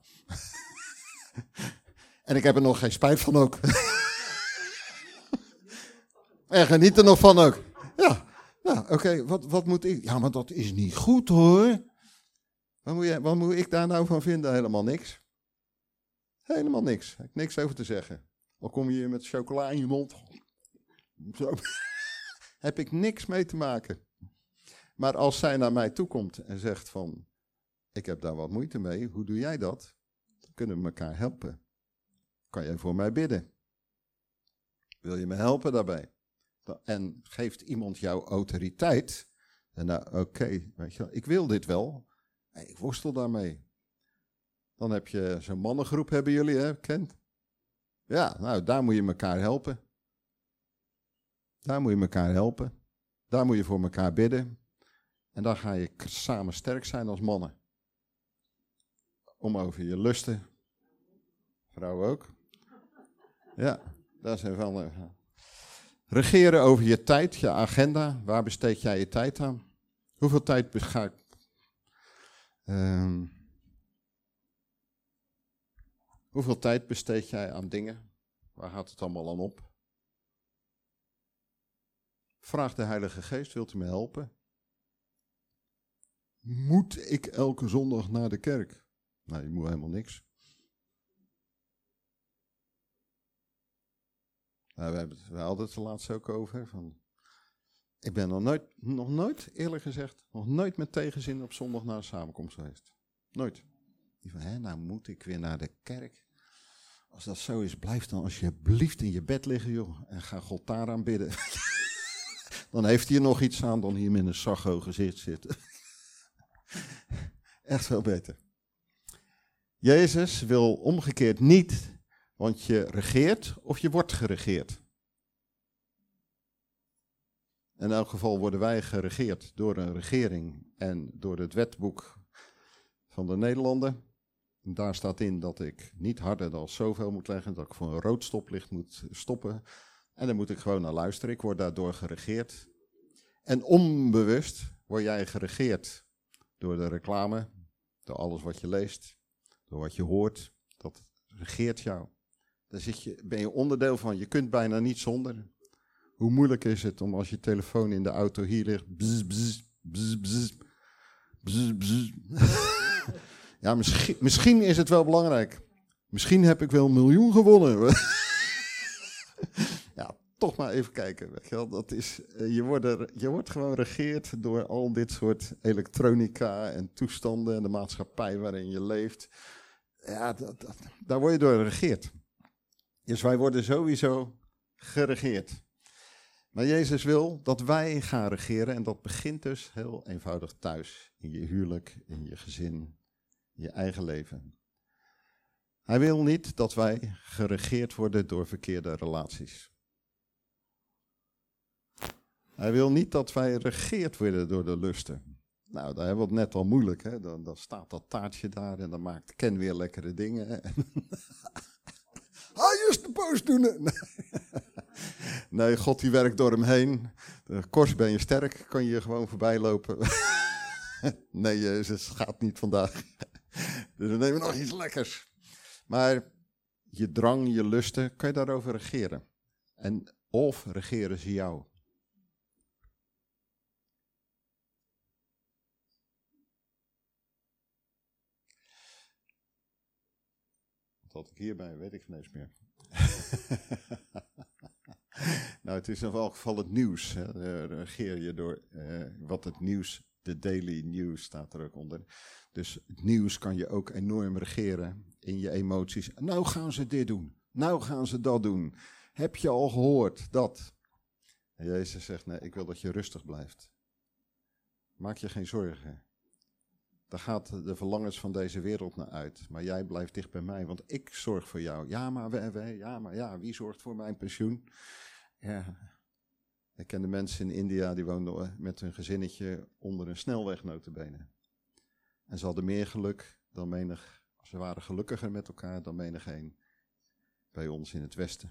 En ik heb er nog geen spijt van ook. En geniet er nog van ook. Ja, nou, oké, wat moet ik? Ja, maar dat is niet goed hoor. Wat moet ik daar nou van vinden? Helemaal niks. Helemaal niks. Ik heb niks over te zeggen. Al kom je hier met chocola in je mond. Zo. Heb ik niks mee te maken. Maar als zij naar mij toe komt en zegt van, ik heb daar wat moeite mee, hoe doe jij dat? Dan kunnen we elkaar helpen. Kan jij voor mij bidden? Wil je me helpen daarbij? En geeft iemand jou autoriteit? En nou, oké, weet je wel, ik wil dit wel. Ik worstel daarmee. Dan heb je zo'n mannengroep, hebben jullie, hè, kent? Ja, nou, daar moet je elkaar helpen. Daar moet je elkaar helpen. Daar moet je voor elkaar bidden. En dan ga je samen sterk zijn als mannen. Om over je lusten. Vrouwen ook. Ja, dat is even. Regeren over je tijd, je agenda. Waar besteed jij je tijd aan? Hoeveel tijd ga ik... hoeveel tijd besteed jij aan dingen? Waar gaat het allemaal aan op? Vraag de Heilige Geest, wilt u me helpen? Moet ik elke zondag naar de kerk? Nou, je moet helemaal niks. Nou, we hadden het er laatst ook over. Ik ben nog nooit, eerlijk gezegd, nog nooit met tegenzin op zondag naar een samenkomst geweest. Nooit. Die van, nou moet ik weer naar de kerk. Als dat zo is, blijf dan alsjeblieft in je bed liggen, joh. En ga God daar aanbidden. Dan heeft hij er nog iets aan dan hier met een zaggo gezicht zitten. Echt veel beter. Jezus wil omgekeerd niet, want je regeert of je wordt geregeerd. In elk geval worden wij geregeerd door een regering en door het wetboek van de Nederlanden. En daar staat in dat ik niet harder dan zoveel moet leggen, dat ik voor een rood stoplicht moet stoppen. En dan moet ik gewoon naar luisteren. Ik word daardoor geregeerd. En onbewust word jij geregeerd door de reclame, door alles wat je leest, door wat je hoort. Dat regeert jou. Daar ben je onderdeel van. Je kunt bijna niet zonder. Hoe moeilijk is het om als je telefoon in de auto hier ligt. Bzz, bzz, bzz, bzz, bzz, bzz. Ja, misschien is het wel belangrijk. Misschien heb ik wel 1 miljoen gewonnen. Ja, toch maar even kijken. Weet je wel. Dat is, je wordt gewoon regeerd door al dit soort elektronica en toestanden en de maatschappij waarin je leeft. Ja, daar word je door geregeerd. Dus wij worden sowieso geregeerd. Maar Jezus wil dat wij gaan regeren en dat begint dus heel eenvoudig thuis. In je huwelijk, in je gezin, in je eigen leven. Hij wil niet dat wij geregeerd worden door verkeerde relaties. Hij wil niet dat wij regeerd worden door de lusten. Nou, daar hebben we het net al moeilijk. Hè? Dan staat dat taartje daar en dan maakt Ken weer lekkere dingen. Hij is de boosdoener. Nee, God die werkt door hem heen. Kors, ben je sterk? Kan je gewoon voorbij lopen? Nee, Jezus, gaat niet vandaag. Dus we nemen nog iets lekkers. Maar je drang, je lusten, kan je daarover regeren? Of regeren ze jou? Wat had ik hierbij? Weet ik ineens meer. Nou, het is in elk geval het nieuws. Hè. Regeer je door wat het nieuws, de daily news staat er ook onder. Dus het nieuws kan je ook enorm regeren in je emoties. Nou gaan ze dit doen. Nou gaan ze dat doen. Heb je al gehoord dat? En Jezus zegt, nee, ik wil dat je rustig blijft. Maak je geen zorgen. Daar gaat de verlangens van deze wereld naar uit. Maar jij blijft dicht bij mij, want ik zorg voor jou. Ja, maar wie zorgt voor mijn pensioen? Ja, ik ken de mensen in India, die woonden met hun gezinnetje onder een snelweg nota bene. En ze hadden meer geluk dan menig, ze waren gelukkiger met elkaar dan menigeen bij ons in het Westen.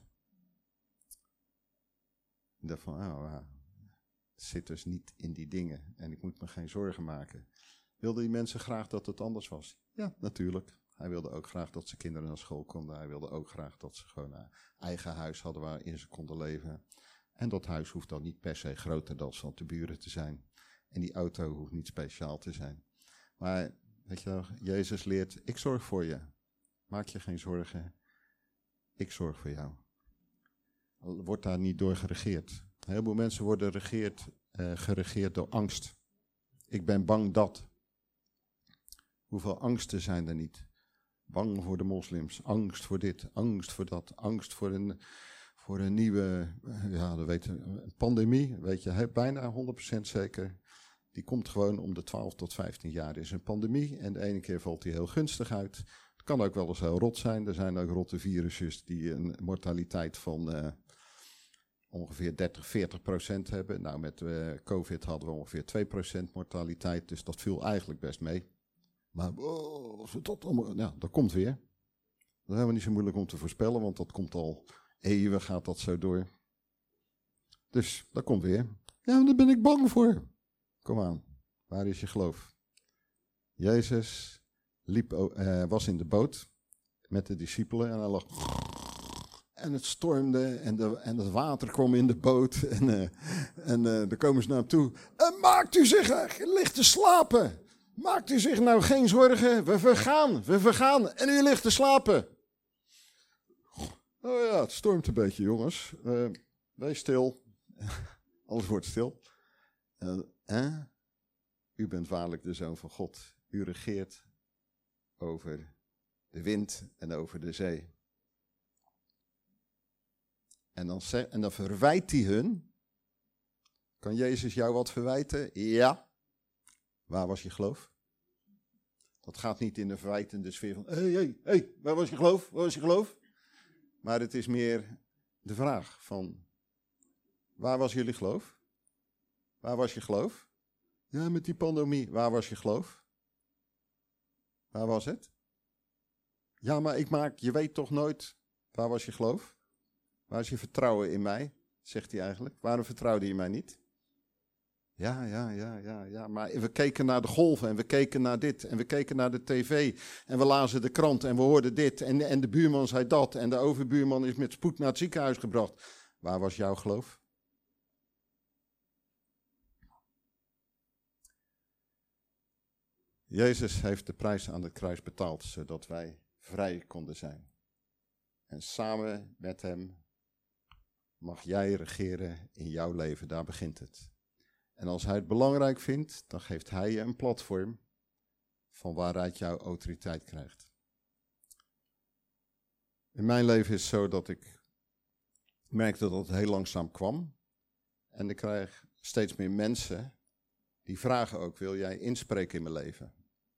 Ik dacht van, het zit dus niet in die dingen en ik moet me geen zorgen maken. Wilden die mensen graag dat het anders was? Ja, natuurlijk. Hij wilde ook graag dat zijn kinderen naar school konden. Hij wilde ook graag dat ze gewoon een eigen huis hadden waarin ze konden leven. En dat huis hoeft dan niet per se groter dan van de buren te zijn. En die auto hoeft niet speciaal te zijn. Maar weet je wel, Jezus leert, ik zorg voor je. Maak je geen zorgen. Ik zorg voor jou. Wordt daar niet door geregeerd. Een heleboel mensen worden geregeerd door angst. Ik ben bang dat. Hoeveel angsten zijn er niet? Bang voor de moslims, angst voor dit, angst voor dat, angst voor een nieuwe, een pandemie, weet je, bijna 100% zeker. Die komt gewoon om de 12 tot 15 jaar. Er is een pandemie en de ene keer valt die heel gunstig uit. Het kan ook wel eens heel rot zijn. Er zijn ook rotte virussen die een mortaliteit van ongeveer 30-40% hebben. Nou, met COVID hadden we ongeveer 2% mortaliteit, dus dat viel eigenlijk best mee. Maar als we dat allemaal, dat komt weer. Dat is helemaal niet zo moeilijk om te voorspellen, want dat komt al eeuwen, gaat dat zo door. Dus dat komt weer. Ja, daar ben ik bang voor. Kom aan, waar is je geloof? Jezus was in de boot met de discipelen en hij lag. En het stormde en het water kwam in de boot. En daar komen ze naar hem toe. Maakt u zich, ligt te slapen. Maakt u zich nou geen zorgen, we vergaan en u ligt te slapen. Oh ja, het stormt een beetje, jongens. Wees stil. Alles wordt stil. U bent waarlijk de Zoon van God. U regeert over de wind en over de zee. En dan verwijt hij hun. Kan Jezus jou wat verwijten? Ja. Waar was je geloof? Dat gaat niet in de verwijtende sfeer van, hey, waar was je geloof? Waar was je geloof? Maar het is meer de vraag van, waar was jullie geloof? Waar was je geloof? Ja, met die pandemie, waar was je geloof? Waar was het? Ja, maar je weet toch nooit, waar was je geloof? Waar is je vertrouwen in mij? Zegt hij eigenlijk. Waarom vertrouwde je mij niet? Ja, maar we keken naar de golven en we keken naar dit en we keken naar de tv en we lazen de krant en we hoorden dit en de buurman zei dat en de overbuurman is met spoed naar het ziekenhuis gebracht. Waar was jouw geloof? Jezus heeft de prijs aan het kruis betaald, zodat wij vrij konden zijn. En samen met hem mag jij regeren in jouw leven, daar begint het. En als hij het belangrijk vindt, dan geeft hij je een platform van waaruit jouw autoriteit krijgt. In mijn leven is het zo dat ik merkte dat het heel langzaam kwam. En ik krijg steeds meer mensen die vragen ook, wil jij inspreken in mijn leven?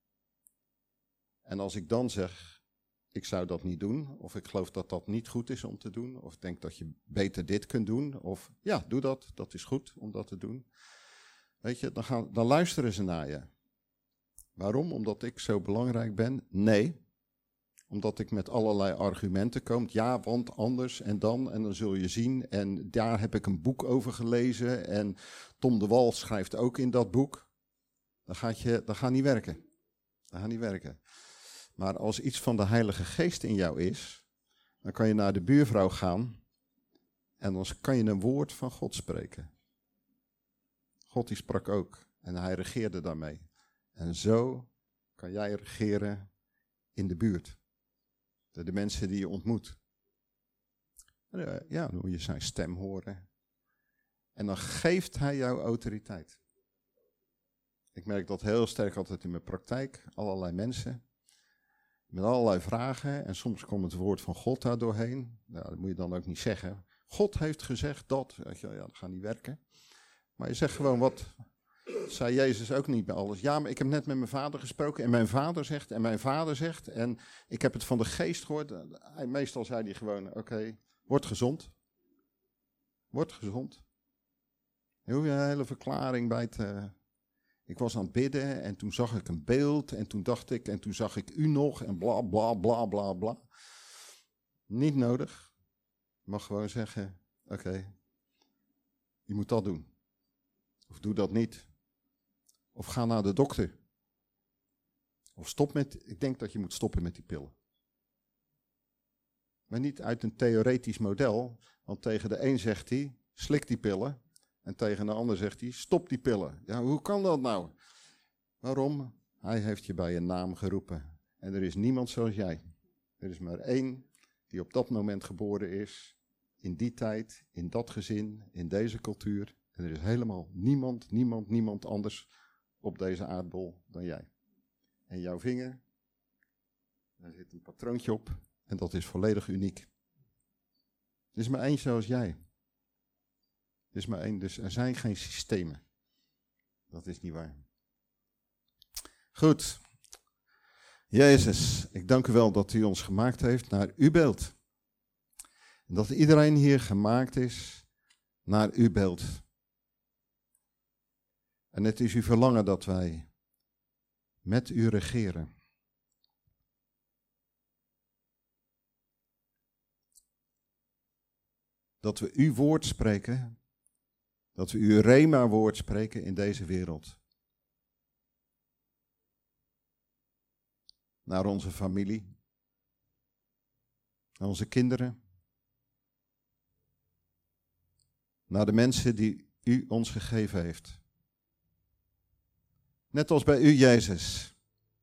En als ik dan zeg, ik zou dat niet doen, of ik geloof dat dat niet goed is om te doen, of ik denk dat je beter dit kunt doen, of ja, doe dat, dat is goed om dat te doen. Weet je, dan luisteren ze naar je. Waarom? Omdat ik zo belangrijk ben? Nee. Omdat ik met allerlei argumenten kom. Ja, want anders en dan zul je zien. En daar heb ik een boek over gelezen. En Tom de Wal schrijft ook in dat boek. Dat gaat niet werken. Dat gaat niet werken. Maar als iets van de Heilige Geest in jou is, dan kan je naar de buurvrouw gaan en dan kan je een woord van God spreken. God die sprak ook en hij regeerde daarmee. En zo kan jij regeren in de buurt. De mensen die je ontmoet. Ja, dan moet je zijn stem horen. En dan geeft hij jou autoriteit. Ik merk dat heel sterk altijd in mijn praktijk. Allerlei mensen. Met allerlei vragen. En soms komt het woord van God daar doorheen. Nou, dat moet je dan ook niet zeggen. God heeft gezegd dat. Ja, dat gaat niet werken. Maar je zegt gewoon wat. Zei Jezus ook niet bij alles. Ja, maar ik heb net met mijn vader gesproken. En mijn vader zegt. En mijn vader zegt. En ik heb het van de geest gehoord. Meestal zei hij gewoon. Oké, word gezond. Word gezond. Daar hoef je een hele verklaring bij te... Ik was aan het bidden en toen zag ik een beeld en toen dacht ik en toen zag ik u nog en bla bla bla bla bla. Niet nodig. Je mag gewoon zeggen, oké, je moet dat doen. Of doe dat niet. Of ga naar de dokter. Of ik denk dat je moet stoppen met die pillen. Maar niet uit een theoretisch model, want tegen de een zegt hij, slik die pillen. En tegen de ander zegt hij, stop die pillen. Ja, hoe kan dat nou? Waarom? Hij heeft je bij je naam geroepen. En er is niemand zoals jij. Er is maar één die op dat moment geboren is. In die tijd, in dat gezin, in deze cultuur. En er is helemaal niemand anders op deze aardbol dan jij. En jouw vinger, daar zit een patroontje op. En dat is volledig uniek. Er is maar één zoals jij. Er is maar één, dus er zijn geen systemen. Dat is niet waar. Goed. Jezus, ik dank u wel dat u ons gemaakt heeft naar uw beeld. En dat iedereen hier gemaakt is naar uw beeld. En het is uw verlangen dat wij met u regeren. Dat we uw woord spreken. Dat we uw Rema-woord spreken in deze wereld. Naar onze familie. Naar onze kinderen. Naar de mensen die u ons gegeven heeft. Net als bij u, Jezus.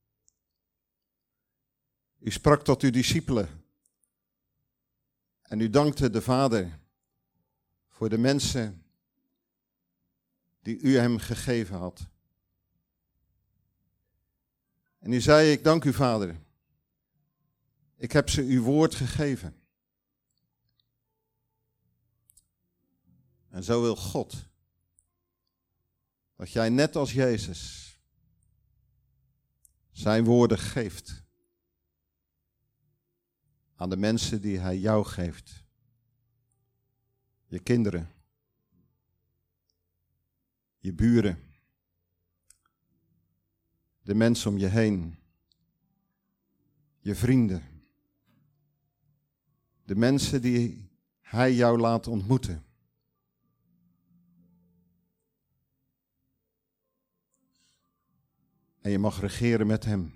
U sprak tot uw discipelen. En u dankte de Vader voor de mensen die u hem gegeven had. En u zei, ik dank u, Vader. Ik heb ze uw woord gegeven. En zo wil God dat jij net als Jezus zijn woorden geeft aan de mensen die hij jou geeft. Je kinderen. Je buren. De mensen om je heen. Je vrienden. De mensen die hij jou laat ontmoeten. En je mag regeren met hem.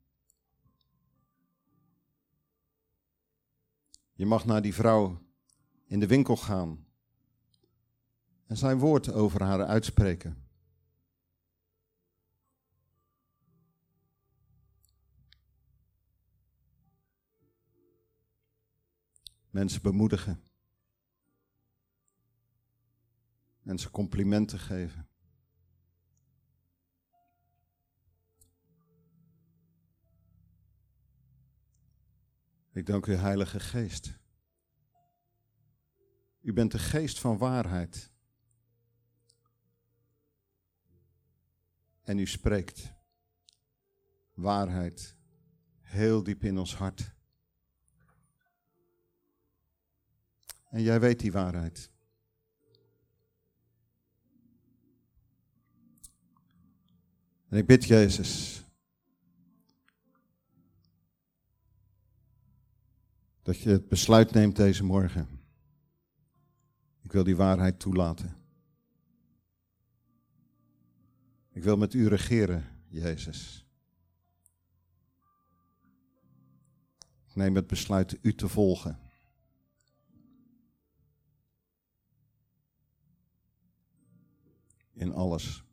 Je mag naar die vrouw in de winkel gaan en zijn woord over haar uitspreken. Mensen bemoedigen. Mensen complimenten geven. Ik dank u, Heilige Geest. U bent de geest van waarheid. En u spreekt waarheid heel diep in ons hart. En jij weet die waarheid. En ik bid Jezus Dat je het besluit neemt deze morgen. Ik wil die waarheid toelaten. Ik wil met u regeren, Jezus. Ik neem het besluit u te volgen. In alles.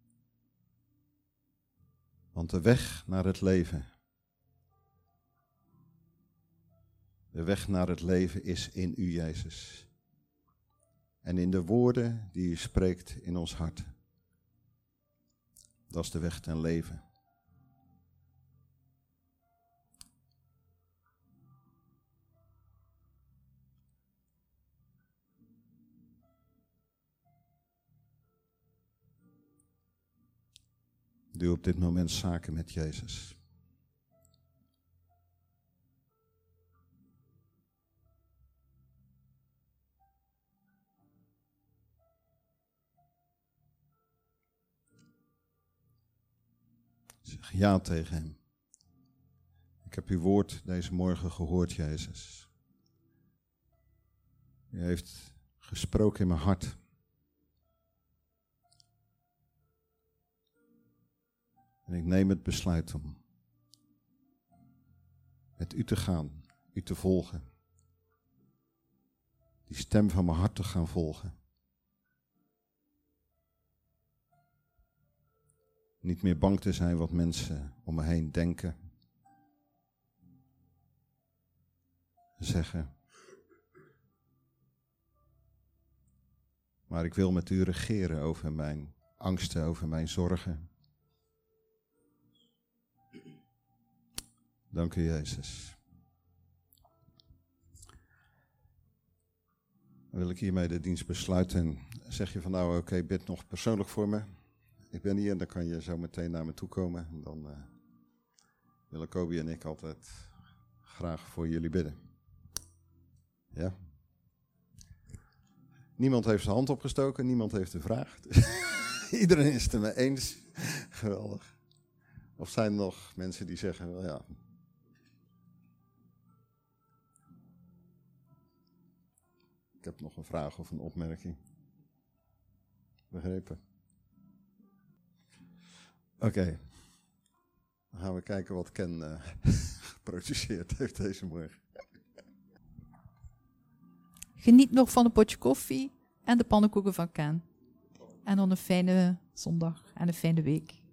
Want de weg naar het leven. De weg naar het leven is in u, Jezus. En in de woorden die u spreekt in ons hart. Dat is de weg ten leven. Doe op dit moment zaken met Jezus. Zeg ja tegen hem. Ik heb uw woord deze morgen gehoord, Jezus. U heeft gesproken in mijn hart. En ik neem het besluit om met u te gaan, u te volgen. Die stem van mijn hart te gaan volgen. Niet meer bang te zijn wat mensen om me heen denken. Zeggen. Maar ik wil met u regeren over mijn angsten, over mijn zorgen. Dank u, Jezus. Dan wil ik hiermee de dienst besluiten. En zeg je van nou oké, bid nog persoonlijk voor me. Ik ben hier en dan kan je zo meteen naar me toe komen. En dan willen Kobi en ik altijd graag voor jullie bidden. Ja? Niemand heeft zijn hand opgestoken, niemand heeft een vraag. Iedereen is het er mee eens. Geweldig. Of zijn er nog mensen die zeggen, wel ja. Ik heb nog een vraag of een opmerking. Begrepen? Oké. Dan gaan we kijken wat Ken geproduceerd heeft deze morgen. Geniet nog van een potje koffie en de pannenkoeken van Ken. En dan een fijne zondag en een fijne week.